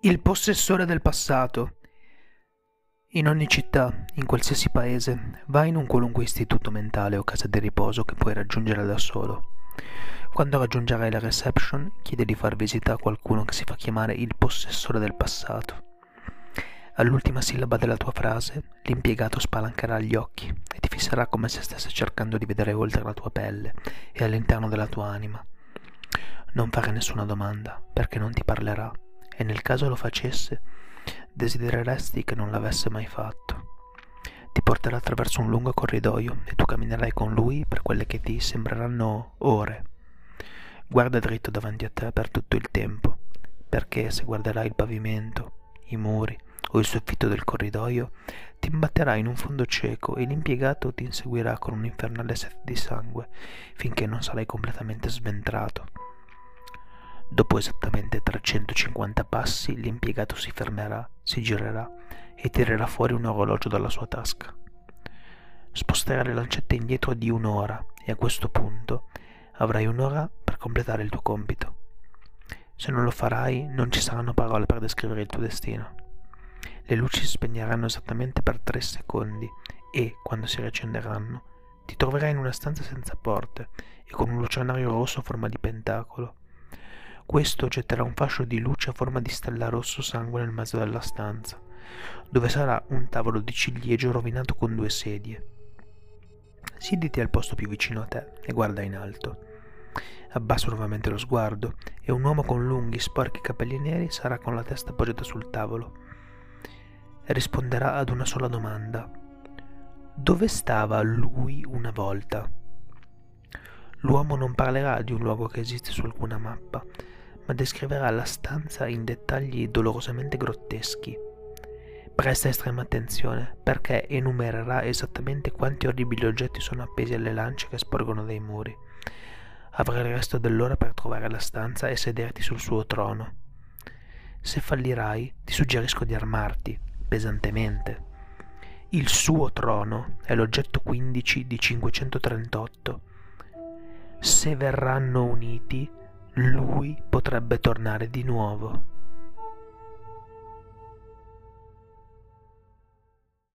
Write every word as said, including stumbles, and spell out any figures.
Il possessore del passato. In ogni città, in qualsiasi paese, vai in un qualunque istituto mentale o casa di riposo che puoi raggiungere da solo. Quando raggiungerai la reception, chiedi di far visita a qualcuno che si fa chiamare il possessore del passato. All'ultima sillaba della tua frase, l'impiegato spalancherà gli occhi e ti fisserà come se stesse cercando di vedere oltre la tua pelle e all'interno della tua anima. Non fare nessuna domanda, perché non ti parlerà. E nel caso lo facesse, desidereresti che non l'avesse mai fatto. Ti porterà attraverso un lungo corridoio e tu camminerai con lui per quelle che ti sembreranno ore. Guarda dritto davanti a te per tutto il tempo, perché se guarderai il pavimento, i muri o il soffitto del corridoio, ti imbatterai in un fondo cieco e l'impiegato ti inseguirà con un infernale sete di sangue finché non sarai completamente sventrato. Dopo esattamente trecentocinquanta passi, l'impiegato si fermerà, si girerà e tirerà fuori un orologio dalla sua tasca. Sposterai le lancette indietro di un'ora e a questo punto avrai un'ora per completare il tuo compito. Se non lo farai, non ci saranno parole per descrivere il tuo destino. Le luci si spegneranno esattamente per tre secondi e, quando si riaccenderanno, ti troverai in una stanza senza porte e con un lucionario rosso a forma di pentacolo. Questo getterà un fascio di luce a forma di stella rosso sangue nel mezzo della stanza, dove sarà un tavolo di ciliegio rovinato con due sedie. Siediti al posto più vicino a te e guarda in alto. Abbassa nuovamente lo sguardo e un uomo con lunghi, sporchi capelli neri sarà con la testa appoggiata sul tavolo e risponderà ad una sola domanda. Dove stava lui una volta? L'uomo non parlerà di un luogo che esiste su alcuna mappa, ma descriverà la stanza in dettagli dolorosamente grotteschi. Presta estrema attenzione, perché enumererà esattamente quanti orribili oggetti sono appesi alle lance che sporgono dai muri. Avrai il resto dell'ora per trovare la stanza e sederti sul suo trono. Se fallirai, ti suggerisco di armarti, pesantemente. Il suo trono è l'oggetto quindici di cinquecentotrentotto. Se verranno uniti, lui potrebbe tornare di nuovo.